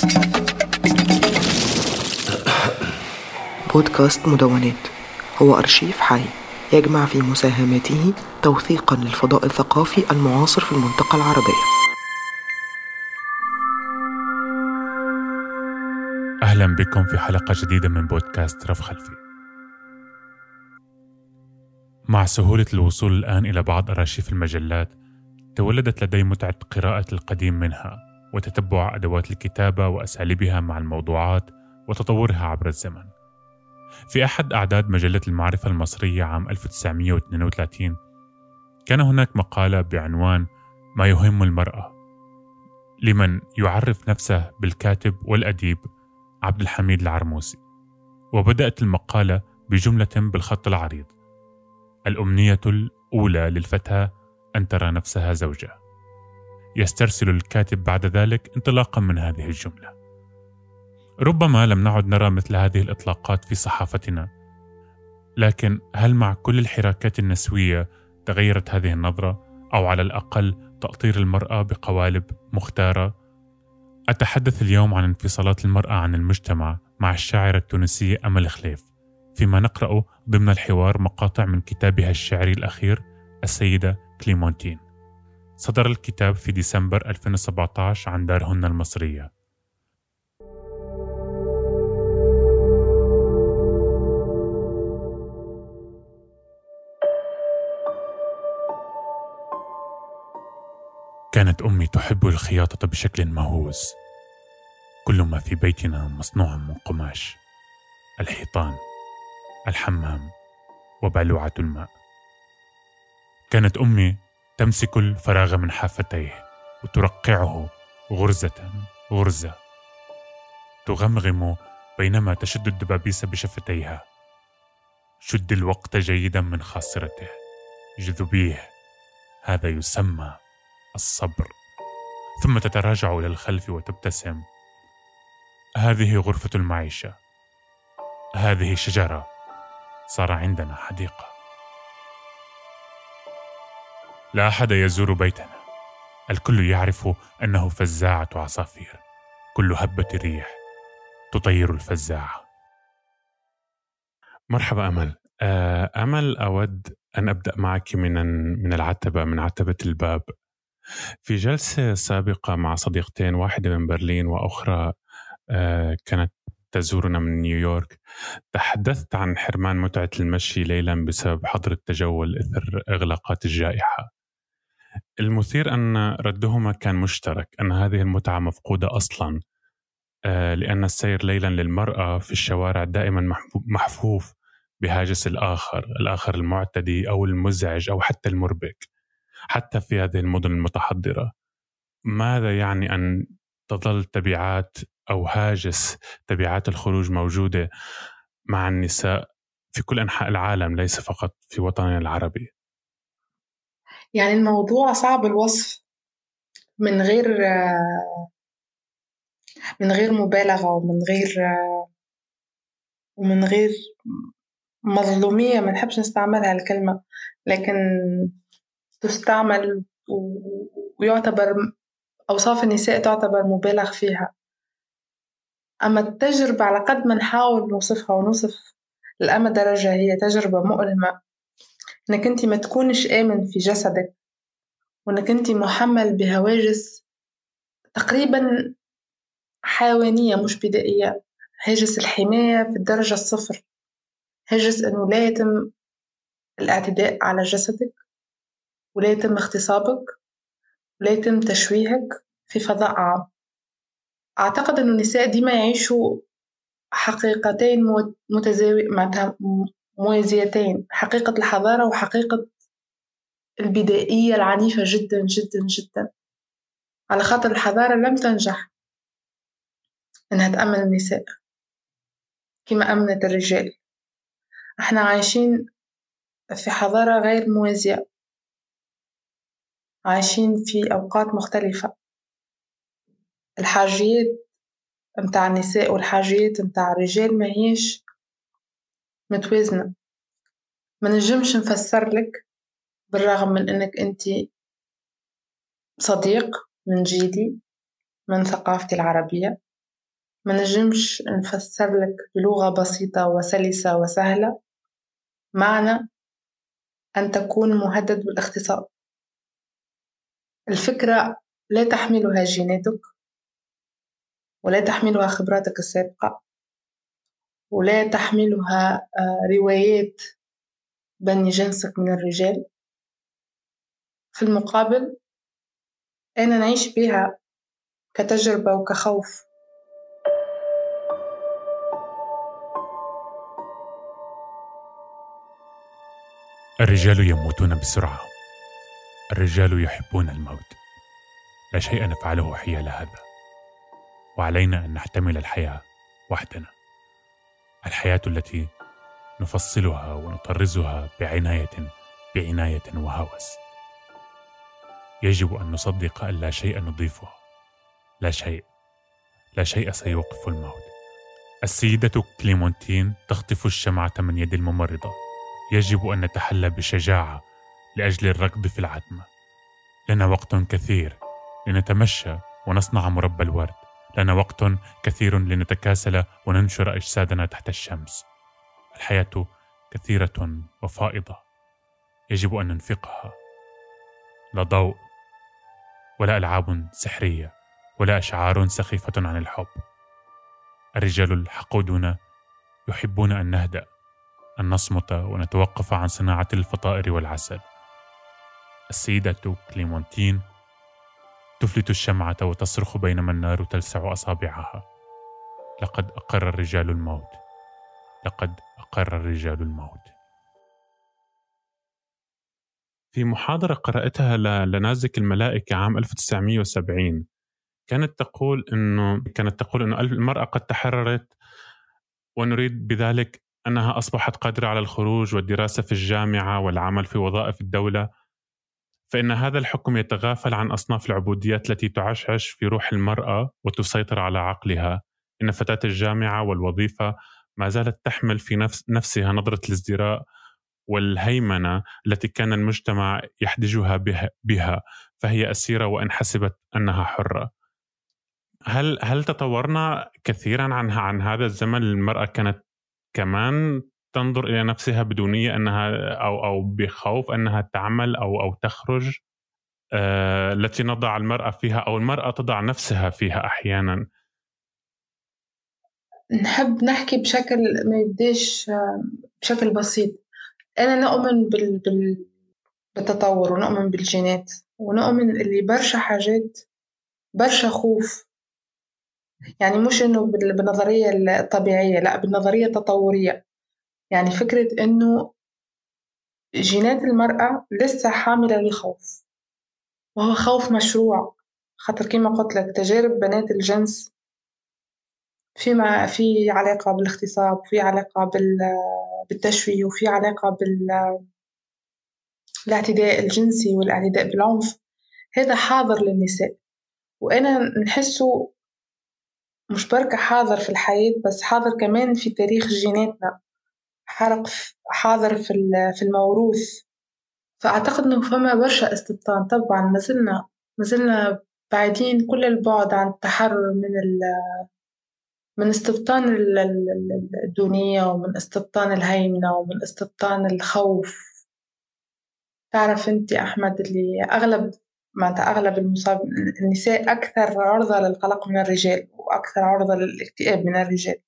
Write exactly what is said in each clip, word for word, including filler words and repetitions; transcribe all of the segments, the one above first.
بودكاست مدونات هو أرشيف حي يجمع في مساهماته توثيقاً للفضاء الثقافي المعاصر في المنطقة العربية. أهلاً بكم في حلقة جديدة من بودكاست رف خلفي. مع سهولة الوصول الآن إلى بعض أرشيف المجلات، تولدت لدي متعة قراءة القديم منها وتتبع أدوات الكتابة وأساليبها مع الموضوعات وتطورها عبر الزمن. في أحد أعداد مجلة المعرفة المصرية عام ألف وتسعمائة واثنين وثلاثين كان هناك مقالة بعنوان ما يهم المرأة، لمن يعرف نفسه بالكاتب والأديب عبد الحميد العرموسي. وبدأت المقالة بجملة بالخط العريض: الأمنية الأولى للفتاة أن ترى نفسها زوجة. يسترسل الكاتب بعد ذلك انطلاقا من هذه الجملة. ربما لم نعد نرى مثل هذه الإطلاقات في صحافتنا، لكن هل مع كل الحراكات النسوية تغيرت هذه النظرة، أو على الأقل تأطير المرأة بقوالب مختارة؟ أتحدث اليوم عن انفصالات المرأة عن المجتمع مع الشاعرة التونسية أمل خليف، فيما نقرأ ضمن الحوار مقاطع من كتابها الشعري الأخير السيدة كليمونتين. صدر الكتاب في ديسمبر ألفين وسبعة عشر عن دارهن المصرية. كانت أمي تحب الخياطة بشكل مهووس. كل ما في بيتنا مصنوع من قماش: الحيطان، الحمام، وبالوعة الماء. كانت أمي تمسك الفراغ من حافتيه وترقعه غرزة غرزة، تغمغم بينما تشد الدبابيس بشفتيها: شد الوقت جيدا من خاصرته، جذبيه، هذا يسمى الصبر. ثم تتراجع إلى الخلف وتبتسم: هذه غرفة المعيشة، هذه شجرة، صار عندنا حديقة. لا أحد يزور بيتنا، الكل يعرف أنه فزاعة عصافير، كل هبة ريح تطير الفزاعة. مرحبا أمل. أمل، أود أن أبدأ معك من من العتبة، من عتبة الباب. في جلسة سابقة مع صديقتين، واحدة من برلين وأخرى كانت تزورنا من نيويورك، تحدثت عن حرمان متعة المشي ليلا بسبب حظر التجول إثر إغلاقات الجائحة. المثير أن ردهما كان مشترك، أن هذه المتعة مفقودة أصلا، لأن السير ليلا للمرأة في الشوارع دائما محفوف بهاجس الآخر، الآخر المعتدي أو المزعج أو حتى المربك، حتى في هذه المدن المتحضرة. ماذا يعني أن تظل تبعات أو هاجس تبعات الخروج موجودة مع النساء في كل أنحاء العالم، ليس فقط في وطننا العربي؟ يعني الموضوع صعب الوصف من غير من غير مبالغة ومن غير ومن غير مظلومية. ما نحبش نستعملها الكلمة، لكن تستعمل ويعتبر أوصاف النساء تعتبر مبالغ فيها. أما التجربة على قد ما نحاول نوصفها ونوصف لأما درجة هي تجربة مؤلمة، إنك أنت ما تكونش آمن في جسدك، وإنك أنت محمل بهواجس تقريبا حيوانية مش بدائية. هاجس الحماية في الدرجة الصفر، هاجس أنه لا يتم الاعتداء على جسدك، ولا يتم اغتصابك، ولا يتم تشويهك في فضاء عام. أعتقد أن النساء ديما يعيشوا حقيقتين متزاوية معناتها موازيتين: حقيقة الحضارة وحقيقة البدائية العنيفة جدا جدا جدا. على خاطر الحضارة لم تنجح أنها تأمن النساء كما أمنت الرجال. احنا عايشين في حضارة غير موازية، عايشين في أوقات مختلفة. الحاجيات متاع النساء والحاجيات متاع الرجال ما هيش متوازنة. ما نجمش نفسر لك، بالرغم من أنك أنت صديق من جيلي، من ثقافتي العربية، ما نجمش نفسر لك بلغة بسيطة وسلسة وسهلة معنى أن تكون مهدد بالاغتصاب. الفكرة لا تحملها جيناتك، ولا تحملها خبراتك السابقة، ولا تحملها روايات بني جنسك من الرجال. في المقابل أنا نعيش بها كتجربة وكخوف. الرجال يموتون بسرعة، الرجال يحبون الموت، لا شيء نفعله حيال هذا، وعلينا أن نحتمل الحياة وحدنا، الحياة التي نفصلها ونطرزها بعناية بعناية وهوس. يجب أن نصدق أن لا شيء نضيفه، لا شيء لا شيء سيوقف الموت. السيدة كليمونتين تخطف الشمعة من يد الممرضة. يجب أن نتحلى بشجاعة لأجل الركض في العتمة. لنا وقت كثير لنتمشى ونصنع مربى الورد، لنا وقت كثير لنتكاسل وننشر أجسادنا تحت الشمس. الحياة كثيرة وفائضة، يجب أن ننفقها. لا ضوء ولا ألعاب سحرية ولا أشعار سخيفة عن الحب. الرجال الحقودون يحبون أن نهدأ، أن نصمت ونتوقف عن صناعة الفطائر والعسل. السيدة كليمونتين تفلت الشمعة وتصرخ بينما النار تلسع أصابعها: لقد أقر الرجال الموت، لقد أقر الرجال الموت. في محاضرة قرأتها لنازك الملائكة عام ألف وتسعمائة وسبعين كانت تقول إنه كانت تقول إنه المرأة قد تحررت، ونريد بذلك أنها أصبحت قادرة على الخروج والدراسة في الجامعة والعمل في وظائف الدولة، فإن هذا الحكم يتغافل عن أصناف العبوديات التي تعشعش في روح المرأة وتسيطر على عقلها. إن فتاة الجامعة والوظيفة ما زالت تحمل في نفس نفسها نظرة الازدراء والهيمنة التي كان المجتمع يحدجها بها, بها فهي أسيرة وإن حسبت أنها حرة. هل هل تطورنا كثيرا عن عن هذا الزمن؟ المرأة كانت كمان تنظر إلى نفسها بدونية أنها أو أو بخوف أنها تعمل أو أو تخرج، آه التي نضع المرأة فيها أو المرأة تضع نفسها فيها أحيانا. نحب نحكي بشكل ما يبداش بشكل بسيط. أنا نؤمن بال... بال... بالتطور، ونؤمن بالجينات، ونؤمن اللي برشا حاجات برشا خوف، يعني مش إنه بالنظرية الطبيعية، لا، بالنظرية التطورية. يعني فكرة إنه جينات المرأة لسه حاملة لخوف، وهو خوف مشروع، خاطر كما قلت لك تجارب بنات الجنس فيما في علاقة بالاغتصاب، وفي علاقة بالتشويه، وفي علاقة بالاعتداء الجنسي والاعتداء بالعنف. هذا حاضر للنساء، وأنا نحسه مش بركة حاضر في الحياة، بس حاضر كمان في تاريخ جيناتنا، حرق حاضر في في الموروث. فأعتقد إنه فما برشا استبطان. طبعا ما زلنا ما زلنا بعيدين كل البعد عن التحرر من من استبطان الدونية، ومن استبطان الهيمنة، ومن استبطان الخوف. تعرف أنت أحمد اللي أغلب ما أغلب المصاب النساء أكثر عرضة للقلق من الرجال، وأكثر عرضة للاكتئاب من الرجال،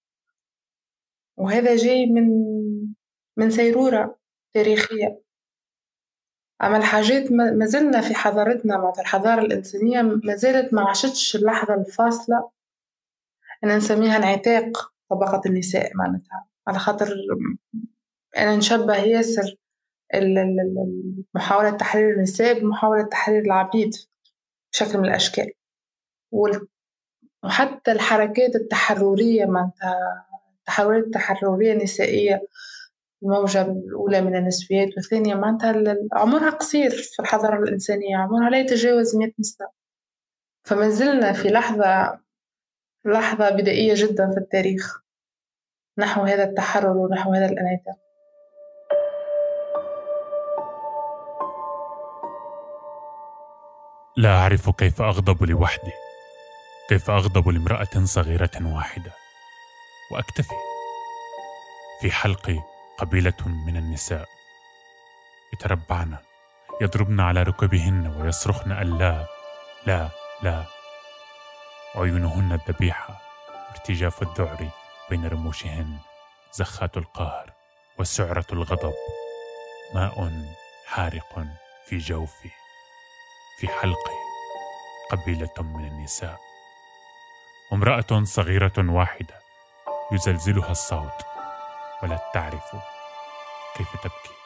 وهذا جاي من من سيرورة تاريخية. أما الحاجات ما زلنا في حضارتنا، مع الحضارة الإنسانية ما زالت ما عاشتش اللحظة الفاصلة أنا نسميها انعتاق طبقة النساء، معناتها على خاطر أنا نشبه ياسر محاولة تحرير النساء بمحاولة تحرير العبيد بشكل من الأشكال. وحتى الحركات التحررية، معناتها التحررات التحررية النسائية، الموجة الأولى من النسويات والثانية، معناتها عمرها قصير في الحضارة الإنسانية، عمرها لا يتجاوز مئة سنة. فما زلنا في لحظة لحظة بدائية جدا في التاريخ نحو هذا التحرر ونحو هذا الانعتاق. لا أعرف كيف أغضب لوحدي، كيف أغضب لامرأة صغيرة واحدة وأكتفي. في حلقي قبيلة من النساء يتربعن، يضربن على ركبهن ويصرخن ألا لا لا، عيونهن الذبيحة، ارتجاف الذعر بين رموشهن، زخات القهر وسعرة الغضب، ماء حارق في جوفي. في حلقي قبيلة من النساء، امرأة صغيرة واحدة يزلزلها الصوت ولا تعرف كيف تبكي.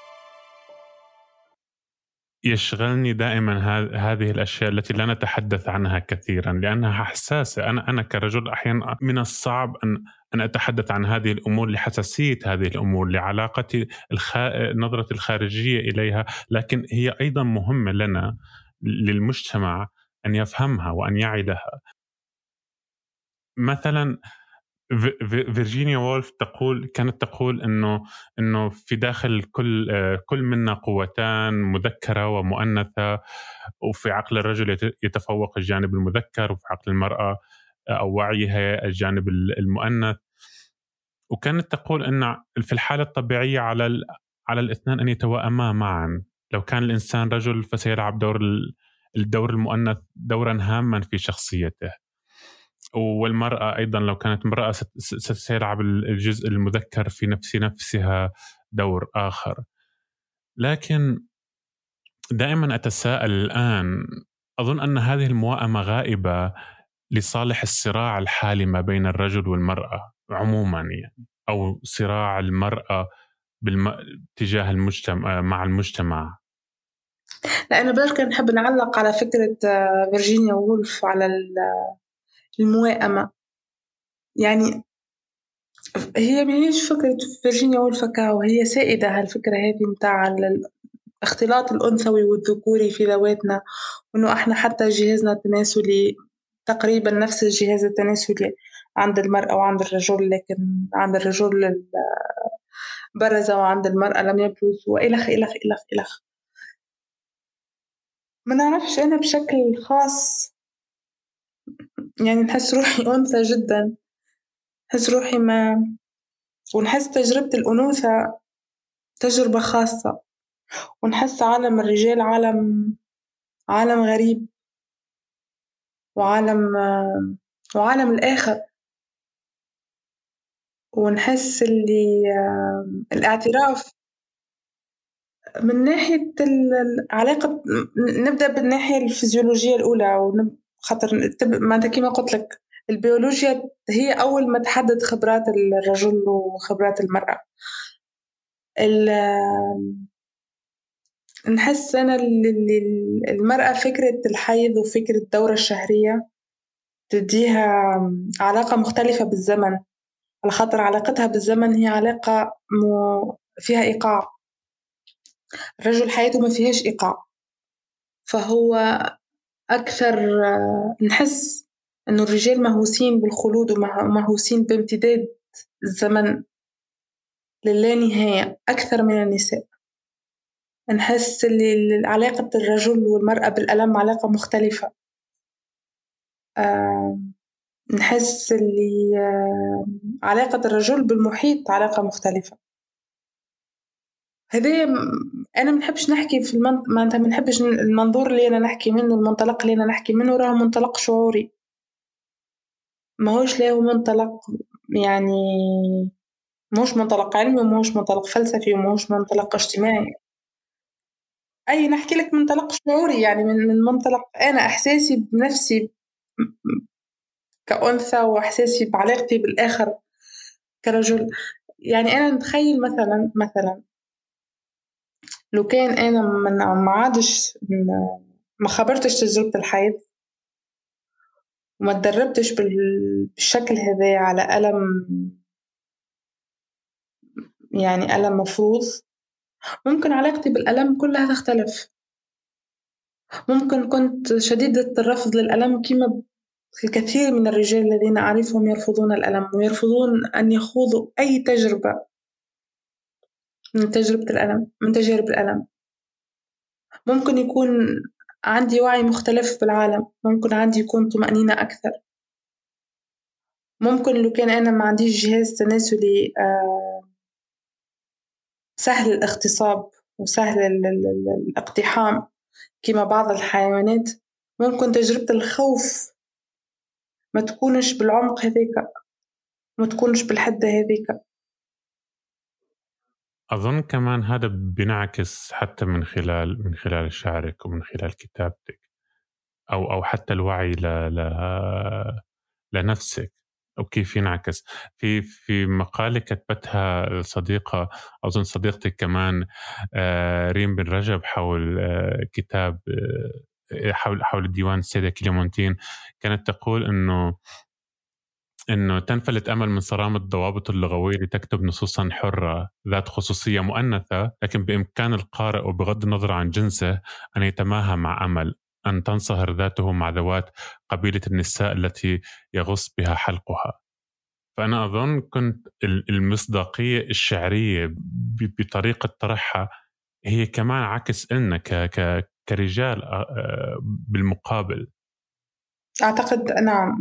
يشغلني دائما هذه الأشياء التي لا نتحدث عنها كثيرا لأنها حساسة. أنا أنا كرجل أحيانا من الصعب أن أن أتحدث عن هذه الأمور لحساسية هذه الأمور، لعلاقتي الخ... نظرة الخارجية إليها، لكن هي أيضا مهمة لنا للمجتمع أن يفهمها وأن يعي لها. مثلا فيرجينيا وولف تقول كانت تقول إنه إنه في داخل كل كل منا قوتان، مذكرة ومؤنثة، وفي عقل الرجل يتفوق الجانب المذكر، وفي عقل المرأة أو وعيها الجانب المؤنث. وكانت تقول إن في الحالة الطبيعية على على الاثنين أن يتوائما معا. لو كان الإنسان رجل فسيلعب دور الدور المؤنث دورا هاما في شخصيته، والمرأة أيضا لو كانت امرأة ستلعب الجزء المذكر في نفس نفسها دور آخر. لكن دائما أتساءل الآن، أظن أن هذه الموائمة غائبة لصالح الصراع الحالي ما بين الرجل والمرأة عموما، يعني أو صراع المرأة بالم... تجاه المجتمع مع المجتمع. لأنه بركة نحب نعلق على فكرة فيرجينيا وولف على الموائمة. يعني هي ماهيش فكرة فيرجينيا وولف كاو، هي سائدة هالفكرة هذه متاع الاختلاط الأنثوي والذكوري في ذواتنا، وإنه إحنا حتى جهازنا التناسلي تقريبا نفس الجهاز التناسلي عند المرأة وعند الرجل، لكن عند الرجل برز وعند المرأة لم يبرز، وإلخ إلخ إلخ إلخ. ما نعرفش، أنا بشكل خاص يعني نحس روحي أنثى جدا، نحس روحي ما ونحس تجربة الأنوثة تجربة خاصة، ونحس عالم الرجال عالم عالم غريب، وعالم وعالم الآخر. ونحس اللي الاعتراف من ناحية العلاقة، نبدأ بالناحية الفيزيولوجية الأولى، خاطر ما أنت كما قلت لك البيولوجيا هي أول ما تحدد خبرات الرجل وخبرات المرأة. نحس أنا اللي المرأة فكرة الحيض وفكرة الدورة الشهرية تديها علاقة مختلفة بالزمن، على خاطر علاقتها بالزمن هي علاقة م... فيها إيقاع. الرجل حياته ما فيهاش إيقاع، فهو أكثر. نحس أنه الرجال مهووسين بالخلود ومهووسين بامتداد الزمن للا نهاية أكثر من النساء. نحس اللي علاقة الرجل والمرأة بالألم علاقة مختلفة. أه نحس اللي أه علاقة الرجل بالمحيط علاقة مختلفة. هذا أنا منحبش نحكي في المنط... ما أنت منحبش المنظور اللي أنا نحكي منه، المنطلق اللي أنا نحكي منه راه منطلق شعوري، ما هوش له منطلق يعني مش منطلق علمي ومش منطلق فلسفي ومش منطلق اجتماعي. أي نحكي لك منطلق شعوري، يعني من من منطلق أنا إحساسي بنفسي كأنثى وإحساسي بعلاقتي بالآخر كرجل. يعني أنا نتخيل مثلا مثلا لو كان أنا ما عادش ما خبرتش تجربة الحيض وما تدربتش بالشكل هذا على ألم، يعني ألم مفروض، ممكن علاقتي بالألم كلها تختلف. ممكن كنت شديدة الرفض للألم كما الكثير من الرجال الذين أعرفهم يرفضون الألم ويرفضون أن يخوضوا أي تجربة من تجربة الألم من تجارب الألم. ممكن يكون عندي وعي مختلف بالعالم، ممكن عندي يكون طمأنينة أكثر، ممكن لو كان أنا ما عنديش جهاز تناسلي سهل الاغتصاب وسهل الاقتحام كما بعض الحيوانات، ممكن تجربة الخوف ما تكونش بالعمق هذيك، ما تكونش بالحدة هذيك. أظن كمان هذا بينعكس حتى من خلال من خلال شعرك ومن خلال كتابتك، أو أو حتى الوعي ل ل لنفسك، أو كيف ينعكس. في في مقالة كتبتها الصديقة، أظن صديقتك كمان، ريم بن رجب، حول كتاب حول حول ديوان السيدة كليمونتين، كانت تقول إنه إنه تنفلت أمل من صرامة الضوابط اللغوية لتكتب نصوصا حرة ذات خصوصية مؤنثة، لكن بإمكان القارئ وبغض النظر عن جنسه أن يتماهى مع أمل، أن تنصهر ذاته مع ذوات قبيلة النساء التي يغص بها حلقها. فأنا أظن كنت المصداقية الشعرية بطريقة طرحها هي كمان عكس إلنا كرجال بالمقابل. أعتقد نعم.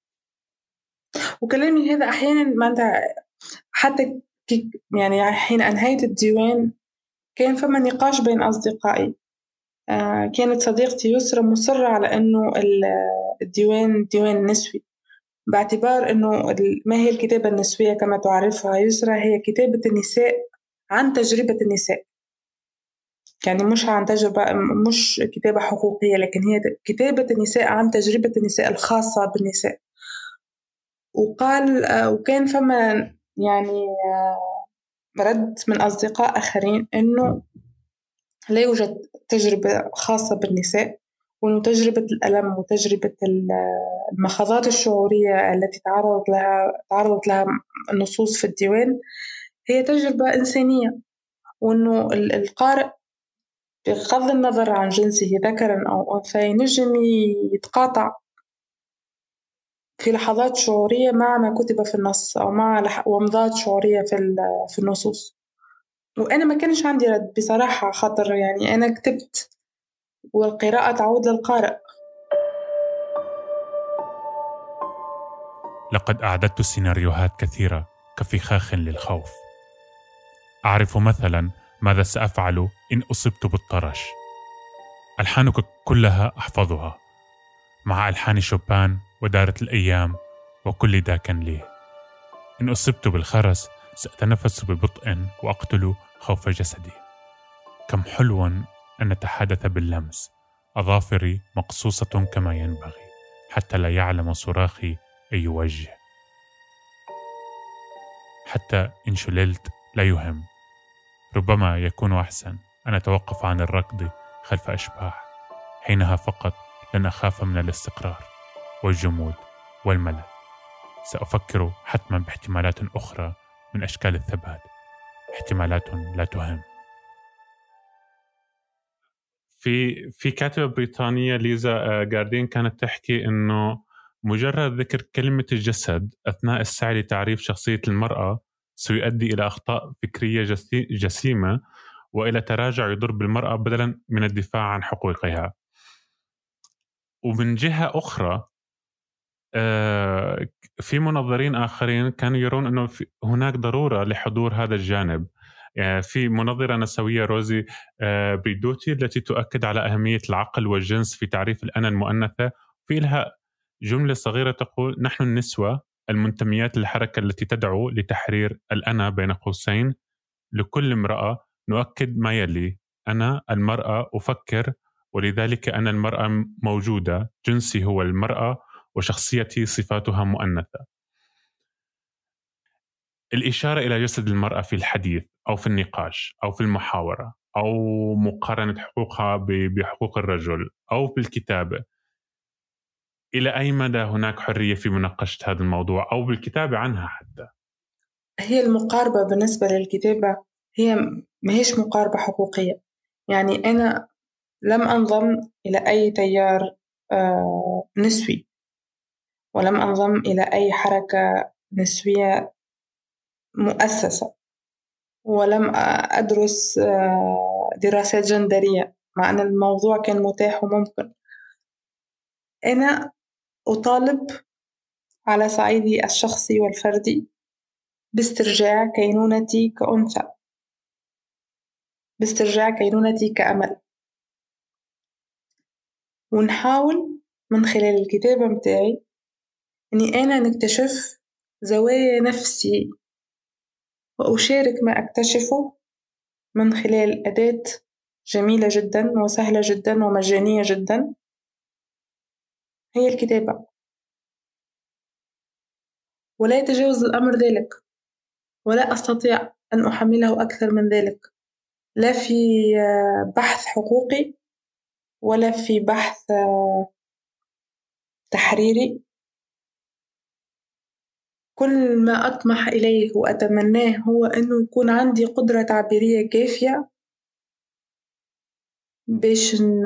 وكلامي هذا أحيانا ما حتى يعني حين أنهيت الديوان كان فما نقاش بين أصدقائي. آه كانت صديقتي يسرى مصرة على أنه الديوان ديوان نسوي، باعتبار أنه ما هي الكتابة النسوية كما تعرفها يسرى، هي كتابة النساء عن تجربة النساء، يعني مش عن تجربة، مش كتابة حقوقية، لكن هي كتابة النساء عن تجربة النساء الخاصة بالنساء. وقال آه وكان فما يعني آه رد من أصدقاء آخرين أنه لا يوجد تجربة خاصة بالنساء، وأنه تجربة الألم وتجربة المخاضات الشعورية التي تعرض لها تعرضت لها النصوص في الديوان هي تجربة إنسانية، وأنه القارئ بغض النظر عن جنسه ذكرا أو أنثى ينجم يتقاطع في لحظات شعورية مع ما كتب في النص أو مع ومضات شعورية في في النصوص. وأنا ما كانش عندي رد بصراحة، خاطر يعني أنا كتبت والقراءة تعود للقارئ. لقد أعددت سيناريوهات كثيرة كفخاخ للخوف. أعرف مثلا ماذا سأفعل إن أصبت بالطرش. ألحانك كلها أحفظها، مع ألحان شوبان ودارة الأيام وكل ذاك لي. إن أصبت بالخرس سأتنفس ببطء وأقتل خوف جسدي. كم حلوا أن نتحدث باللمس، أظافري مقصوصة كما ينبغي حتى لا يعلم صراخي أي وجه. حتى إن شللت لا يهم، ربما يكون أحسن أن أتوقف عن الركض خلف أشباح. حينها فقط لن أخاف من الاستقرار والجمود والملل. سأفكر حتما باحتمالات أخرى من أشكال الثبات، احتمالات لا تهم. في في كاتبة بريطانية ليزا جاردين كانت تحكي إنه مجرد ذكر كلمة الجسد أثناء السعي لتعريف شخصية المرأة سيؤدي إلى أخطاء فكرية جسيمة وإلى تراجع يضر بالمرأة بدلا من الدفاع عن حقوقها. ومن جهة أخرى في منظرين آخرين كانوا يرون أنه هناك ضرورة لحضور هذا الجانب. في منظرة نسوية روزي بريدوتي التي تؤكد على أهمية العقل والجنس في تعريف الأنا المؤنثة، في لها جملة صغيرة تقول: نحن النسوة المنتميات للحركة التي تدعو لتحرير الأنا بين قوسين. لكل امرأة نؤكد ما يلي: أنا المرأة أفكر، ولذلك أنا المرأة موجودة، جنسي هو المرأة وشخصيتي صفاتها مؤنثة. الإشارة إلى جسد المرأة في الحديث أو في النقاش أو في المحاورة أو مقارنة حقوقها بحقوق الرجل أو بالكتابة، إلى أي مدى هناك حرية في مناقشة هذا الموضوع أو بالكتابة عنها؟ حتى هي المقاربة بالنسبة للكتابة هي ما هيش مقاربة حقوقية. يعني أنا لم أنضم إلى أي تيار آه نسوي، ولم أنضم إلى أي حركة نسوية مؤسسة، ولم أدرس آه دراسات جندرية مع أن الموضوع كان متاح وممكن. أنا أطالب على صعيدي الشخصي والفردي باسترجاع كينونتي كأنثى، باسترجاع كينونتي كأمل، ونحاول من خلال الكتابة متاعي إني أنا نكتشف زوايا نفسي وأشارك ما أكتشفه من خلال أداة جميلة جدا وسهلة جدا ومجانية جدا هي الكتابة، ولا يتجاوز الأمر ذلك، ولا أستطيع أن أحمله أكثر من ذلك، لا في بحث حقوقي ولا في بحث تحريري. كل ما أطمح إليه وأتمناه هو أنه يكون عندي قدرة تعبيرية كافية باش ن...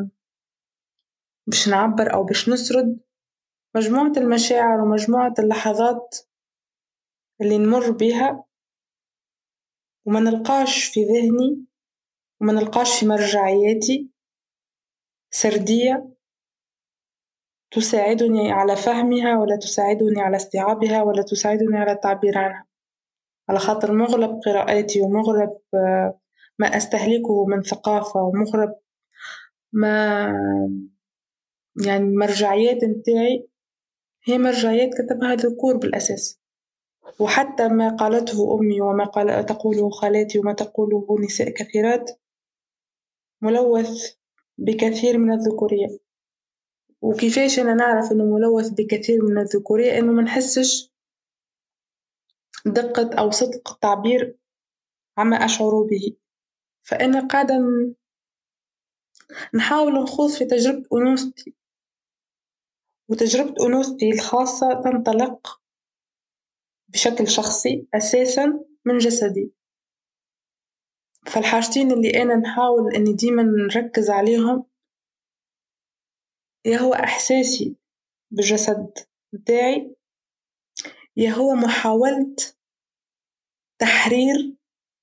باش نعبر أو باش نسرد مجموعة المشاعر ومجموعة اللحظات اللي نمر بها وما نلقاش في ذهني وما نلقاش في مرجعياتي سردية تساعدني على فهمها ولا تساعدني على استيعابها ولا تساعدني على التعبير عنها، على خاطر مغرب قراءاتي ومغرب ما أستهلكه من ثقافة ومغرب ما يعني المرجعيات متاعي هي مرجعيات كتبها ذكور بالأساس، وحتى ما قالته أمي وما قال تقوله خالاتي وما تقوله نساء كثيرات ملوث بكثير من الذكورية. وكيفاش أنا نعرف أنه ملوث بكثير من الذكورية؟ أنه ما نحسش دقة أو صدق التعبير عما أشعر به. فأنا قاعدة نحاول نخوض في تجربة أنوثتي، وتجربة أنوثتي الخاصة تنطلق بشكل شخصي أساساً من جسدي. فالحاجتين اللي أنا نحاول أني ديما نركز عليهم يا هو إحساسي بالجسد بتاعي، يا هو محاولة تحرير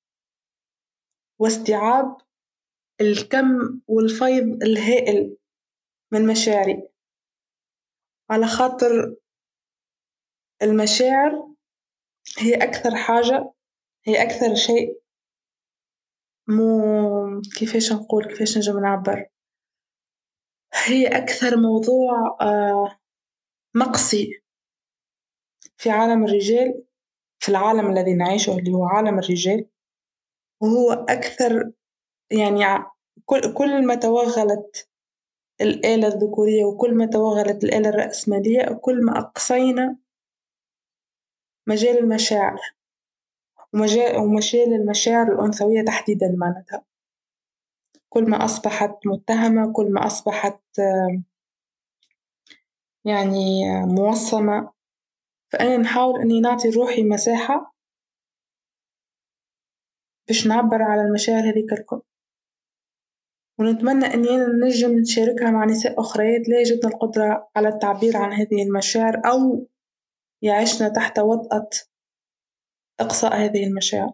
واستيعاب الكم والفيض الهائل من مشاعري، على خاطر المشاعر هي أكثر حاجة، هي أكثر شيء مو كيفاش نقول كيفاش نجم نعبر، هي أكثر موضوع آه مقصي في عالم الرجال، في العالم الذي نعيشه اللي هو عالم الرجال، وهو أكثر يعني كل كل ما توغلت الآلة الذكورية وكل ما توغلت الآلة الرأسمالية كل ما أقصينا مجال المشاعر ومجال ومجال المشاعر الأنثوية تحديداً معناتها. كل ما أصبحت متهمة، كل ما أصبحت يعني موصمة. فأنا نحاول أني نعطي روحي مساحة باش نعبر على المشاعر هذيك الكل، ونتمنى أني أنا نجم نشاركها مع نساء أخريات لا يجدن القدرة على التعبير عن هذه المشاعر أو يعيشن تحت وطأة إقصاء هذه المشاعر.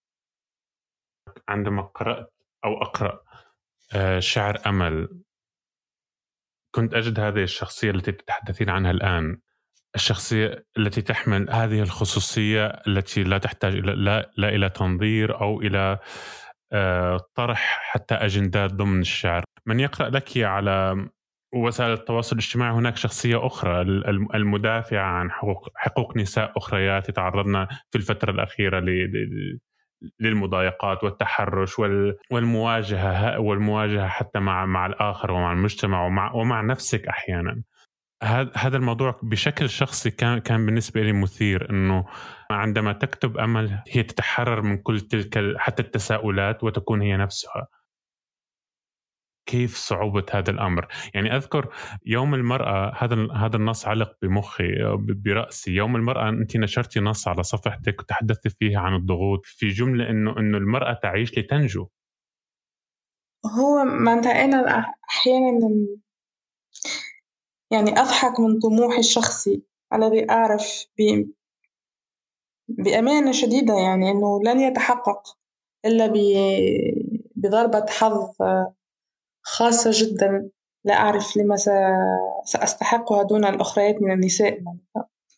عندما قرأت أو أقرأ شعر أمل كنت أجد هذه الشخصية التي تتحدثين عنها الآن، الشخصية التي تحمل هذه الخصوصية التي لا تحتاج إلى لا, لا إلى تنظير أو إلى طرح حتى أجندات ضمن الشعر. من يقرأ لك على وسائل التواصل الاجتماعي هناك شخصية أخرى المدافعة عن حقوق, حقوق نساء أخريات تعرضنا في الفترة الأخيرة للمضايقات والتحرش والمواجهة والمواجهة حتى مع مع الآخر ومع المجتمع ومع ومع نفسك أحيانا. هذا الموضوع بشكل شخصي كان كان بالنسبة لي مثير، إنه عندما تكتب أمل هي تتحرر من كل تلك حتى التساؤلات وتكون هي نفسها. كيف صعوبة هذا الأمر؟ يعني أذكر يوم المرأة، هذا هذا النص علق بمخي برأسي. يوم المرأة أنت نشرتي نص على صفحتك وتحدثت فيه عن الضغوط في جملة إنه إنه المرأة تعيش لتنجو. هو معناتها أنا أحيانا يعني أضحك من طموحي الشخصي الذي أعرف ب... بأمانة شديدة يعني أنه لن يتحقق إلا ب... بضربة حظ خاصة جدا لا أعرف لما س... سأستحقها دون الأخريات من النساء.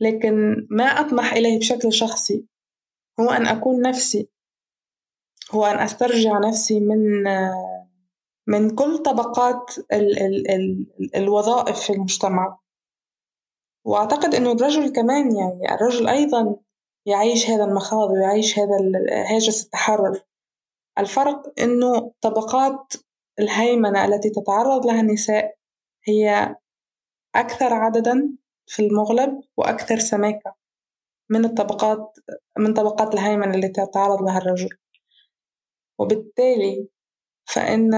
لكن ما أطمح إليه بشكل شخصي هو أن أكون نفسي، هو أن أسترجع نفسي من من كل طبقات ال ال ال الوظائف في المجتمع. وأعتقد أنه الرجل كمان، يعني الرجل أيضا يعيش هذا المخاض ويعيش هذا هاجس التحرر. الفرق أنه طبقات الهيمنة التي تتعرض لها النساء هي أكثر عدداً في المغلب وأكثر سماكة من الطبقات من طبقات الهيمنة التي تتعرض لها الرجل. وبالتالي فإن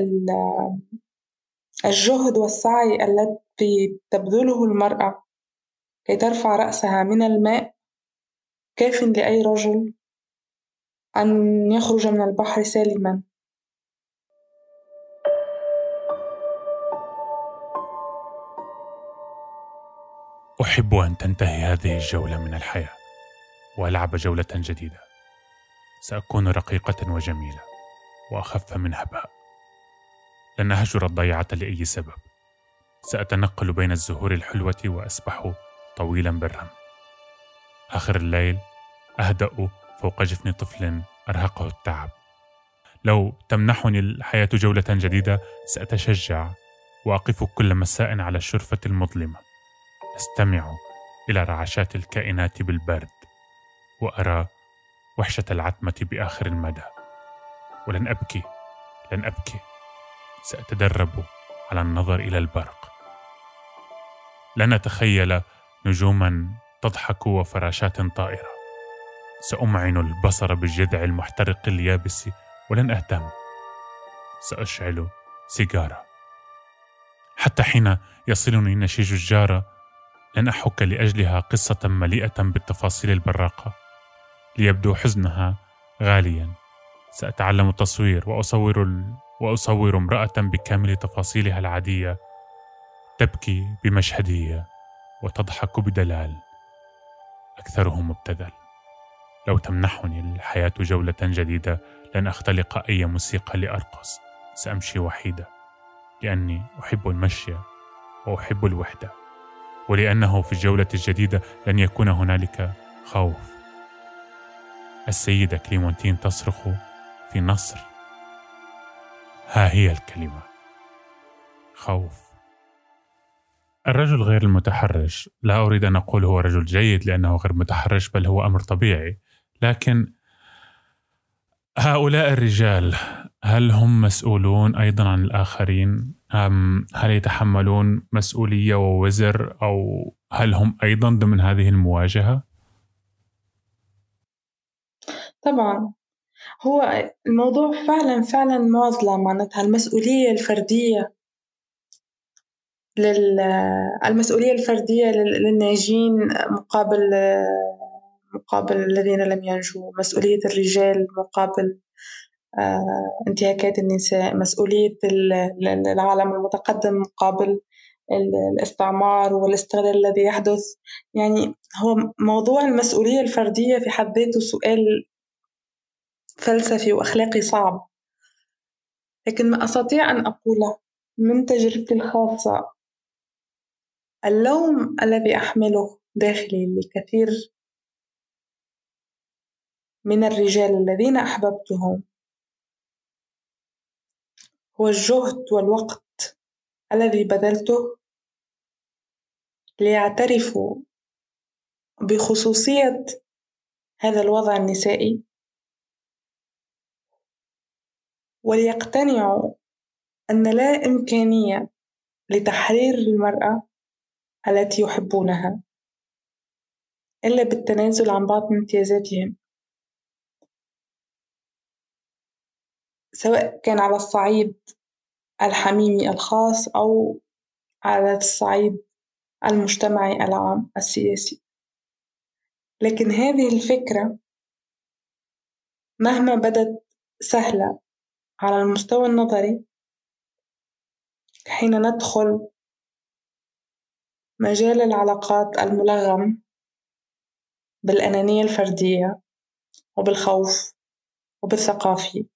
الجهد والسعي الذي تبذله المرأة كي ترفع رأسها من الماء كاف لأي رجل أن يخرج من البحر سالماً. أحب أن تنتهي هذه الجولة من الحياة وألعب جولة جديدة. سأكون رقيقة وجميلة وأخف من هبها. لن أهجر الضيعة لأي سبب. سأتنقل بين الزهور الحلوة وأسبح طويلا بالرمل. آخر الليل أهدأ فوق جفن طفل أرهقه التعب. لو تمنحني الحياة جولة جديدة سأتشجع وأقف كل مساء على الشرفة المظلمة، أستمع إلى رعشات الكائنات بالبرد وأرى وحشة العتمة بآخر المدى. ولن أبكي لن أبكي سأتدرب على النظر إلى البرق. لن أتخيل نجوما تضحك وفراشات طائرة. سأمعن البصر بالجذع المحترق اليابس ولن أهتم. سأشعل سيجارة. حتى حين يصلني نشيج الجارة لن أحك لأجلها قصة مليئة بالتفاصيل البراقة ليبدو حزنها غاليا. سأتعلم التصوير وأصور, ال... وأصور امرأة بكامل تفاصيلها العادية تبكي بمشهدية وتضحك بدلال أكثره مبتذل. لو تمنحني الحياة جولة جديدة لن أختلق أي موسيقى لأرقص. سأمشي وحيدة لأني أحب المشي وأحب الوحدة، ولأنه في الجولة الجديدة لن يكون هنالك خوف. السيدة كليمونتين تصرخ في نصر. ها هي الكلمة: خوف. الرجل غير المتحرش، لا أريد أن أقول هو رجل جيد لأنه غير متحرش، بل هو أمر طبيعي. لكن هؤلاء الرجال هل هم مسؤولون أيضا عن الآخرين؟ أم هل يتحملون مسؤولية ووزر، أو هل هم أيضا ضمن هذه المواجهة؟ طبعا هو الموضوع فعلا فعلا معضلة، معناتها المسؤولية الفردية لل... المسؤولية الفردية للناجين مقابل مقابل الذين لم ينجوا، مسؤولية الرجال مقابل آه، انتهاكات النساء، مسؤولية العالم المتقدم مقابل الاستعمار والاستغلال الذي يحدث. يعني هو موضوع المسؤولية الفردية في حد ذاته سؤال فلسفي وأخلاقي صعب، لكن ما أستطيع أن أقوله من تجربتي الخاصة اللوم الذي أحمله داخلي لكثير من الرجال الذين أحببتهم هو الجهد والوقت الذي بذلته ليعترفوا بخصوصية هذا الوضع النسائي وليقتنعوا أن لا إمكانية لتحرير المرأة التي يحبونها إلا بالتنازل عن بعض من امتيازاتهم، سواء كان على الصعيد الحميمي الخاص أو على الصعيد المجتمعي العام السياسي. لكن هذه الفكرة مهما بدت سهلة على المستوى النظري، حين ندخل مجال العلاقات الملغم بالأنانية الفردية وبالخوف وبالثقافي،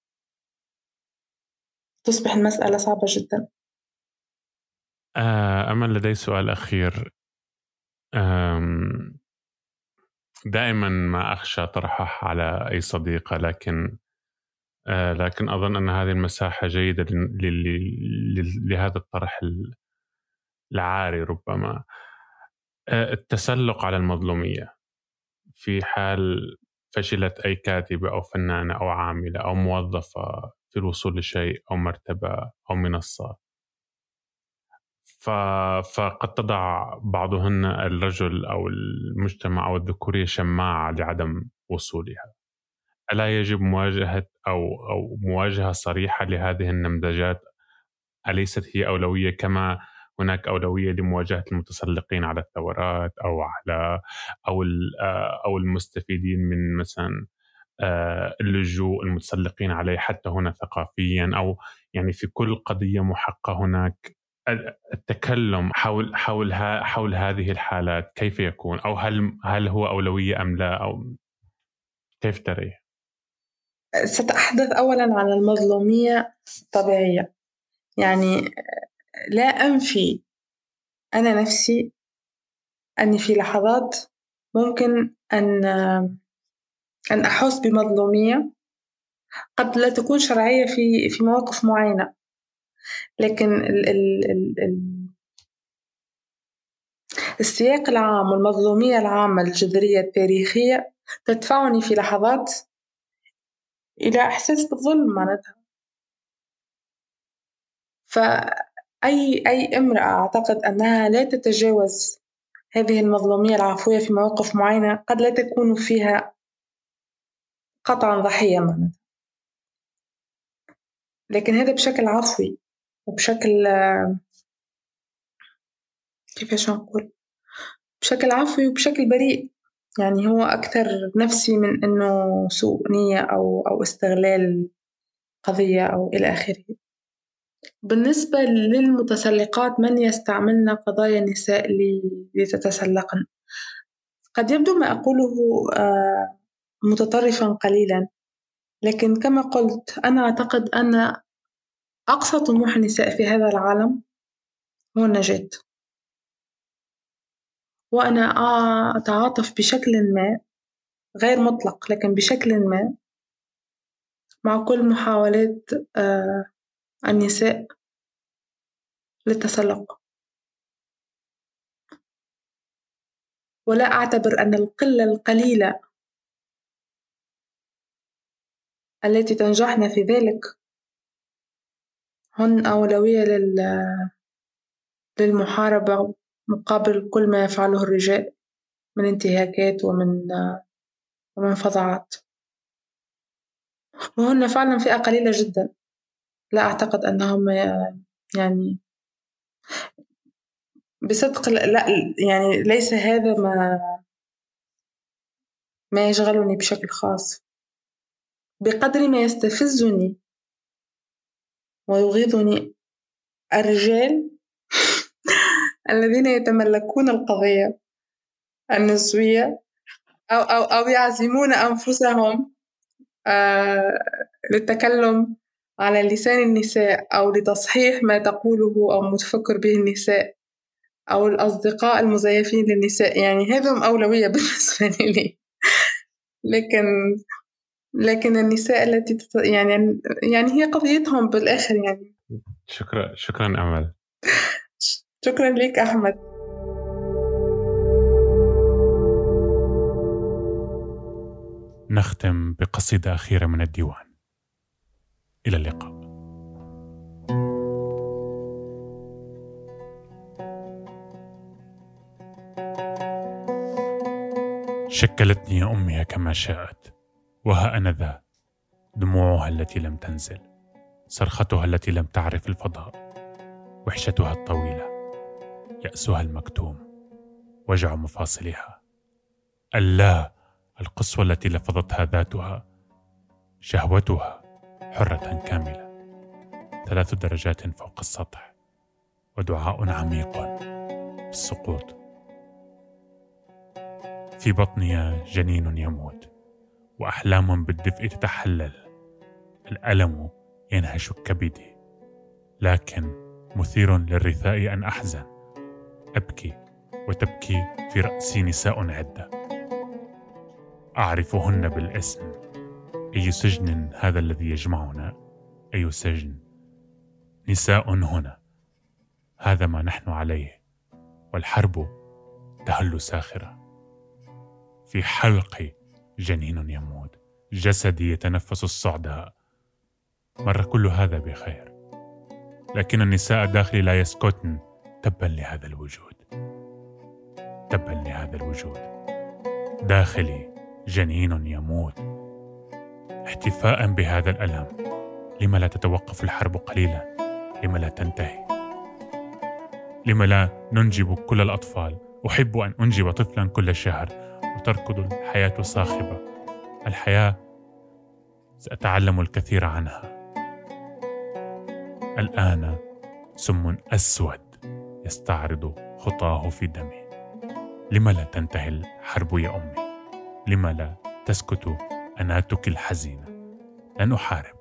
تصبح المسألة صعبة جدا. آه أمل، لدي سؤال أخير. دائما ما أخشى طرحه على أي صديقة، لكن آه لكن أظن أن هذه المساحة جيدة لهذا الطرح العاري ربما. آه التسلق على المظلومية في حال فشلت أي كاتبة أو فنانة أو عاملة أو موظفة في الوصول لشيء أو مرتبة أو منصة، فقد تضع بعضهن الرجل أو المجتمع أو الذكورية شماعة لعدم وصولها. ألا يجب مواجهة أو أو مواجهة صريحة لهذه النمذجات؟ أليست هي أولوية كما هناك أولوية لمواجهة المتسلقين على الثورات أو على أو أو المستفيدين من مثلا اللجوء المتسلقين عليه حتى هنا ثقافيا، أو يعني في كل قضية محقة هناك التكلم حول حول حول هذه الحالات كيف يكون، أو هل هل هو أولوية أم لا، أو كيف ترى؟ سأتحدث أولاً عن المظلومية الطبيعية. يعني لا أنفي أنا نفسي أني في لحظات ممكن أن أن أحس بمظلومية قد لا تكون شرعية في في مواقف معينة، لكن ال ال ال ال السياق العام والمظلومية العامة الجذرية التاريخية تدفعني في لحظات إلى إحساس بالظلم معناتها. فأي أي امرأة أعتقد أنها لا تتجاوز هذه المظلومية العفوية في مواقف معينة قد لا تكون فيها قطعا ضحية معناتها، لكن هذا بشكل عفوي وبشكل كيفاش نقول بشكل عفوي وبشكل بريء. يعني هو أكثر نفسي من أنه سوء نية أو أو استغلال قضية أو إلى آخره. بالنسبة للمتسلقات من يستعملن قضايا النساء لتتسلقن، قد يبدو ما أقوله متطرفا قليلا، لكن كما قلت أنا أعتقد أن أقصى طموح النساء في هذا العالم هو النجاة، وأنا أتعاطف بشكل ما غير مطلق لكن بشكل ما مع كل محاولات النساء للتسلق، ولا أعتبر أن القلة القليلة التي تنجحن في ذلك هن أولوية للمحاربة مقابل كل ما يفعله الرجال من انتهاكات ومن ومن فظاعات، وهن فعلا فئة قليلة جدا. لا أعتقد أنهم يعني بصدق لا يعني ليس هذا ما ما يشغلني بشكل خاص بقدر ما يستفزني ويغيظني الرجال الذين يتملكون القضية النسوية أو أو أو يعزمون أنفسهم آه للتكلم على لسان النساء أو لتصحيح ما تقوله أو متفكر به النساء أو الأصدقاء المزيفين للنساء. يعني هذهم أولوية بالنسبة لي، لكن لكن النساء التي تت... يعني يعني هي قضيتهم بالآخر. يعني شكرا شكرا أمل. شكرا لك أحمد. نختم بقصيدة أخيرة من الديوان. إلى اللقاء. شكلتني أمي كما شاءت، وها أنا ذا دموعها التي لم تنزل، صرختها التي لم تعرف الفضاء، وحشتها الطويلة، يأسها المكتوم، وجع مفاصلها، اللا القسوة التي لفظتها ذاتها، شهوتها حرة كاملة، ثلاث درجات فوق السطح، ودعاء عميق بالسقوط. في بطني جنين يموت، وأحلام بالدفء تتحلل، الألم ينهش كبدي، لكن مثير للرثاء أن أحزن، أبكي وتبكي في رأسي نساء عدة. أعرفهن بالاسم. أي سجن هذا الذي يجمعنا؟ أي سجن؟ نساء هنا، هذا ما نحن عليه، والحرب تهل ساخرة. في حلقي جنين يموت، جسدي يتنفس الصعداء. مر كل هذا بخير، لكن النساء داخلي لا يسكتن. تبا لهذا الوجود، تبا لهذا الوجود. داخلي جنين يموت. احتفاء بهذا الألم. لما لا تتوقف الحرب قليلا؟ لما لا تنتهي؟ لما لا ننجب كل الأطفال؟ أحب أن أنجب طفلا كل شهر وتركض الحياة صاخبة. الحياة سأتعلم الكثير عنها. الآن سم أسود يستعرض خطاه في دمي. لما لا تنتهي الحرب يا أمي؟ لما لا تسكت أناتك الحزينة؟ لن أحارب،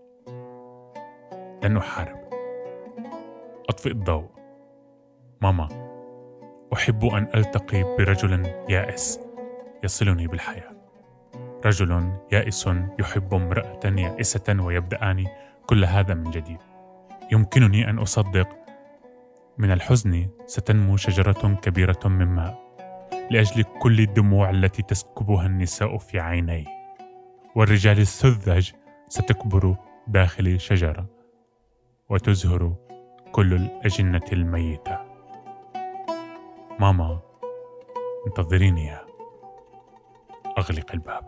لن أحارب. أطفئ الضوء. ماما، أحب أن ألتقي برجل يائس يصلني بالحياة. رجل يائس يحب امرأة يائسة ويبدأان كل هذا من جديد. يمكنني أن أصدق من الحزن ستنمو شجرة كبيرة من ماء لأجل كل الدموع التي تسكبها النساء في عيني، والرجال السذج ستكبر داخل شجرة وتزهر كل الأجنة الميتة. ماما، انتظريني. أغلق الباب.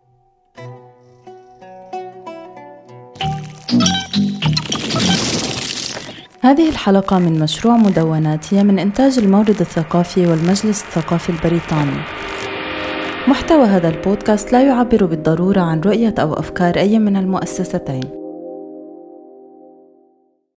هذه الحلقة من مشروع مدونات هي من إنتاج المورد الثقافي والمجلس الثقافي البريطاني. محتوى هذا البودكاست لا يعبر بالضرورة عن رؤية أو أفكار أي من المؤسستين.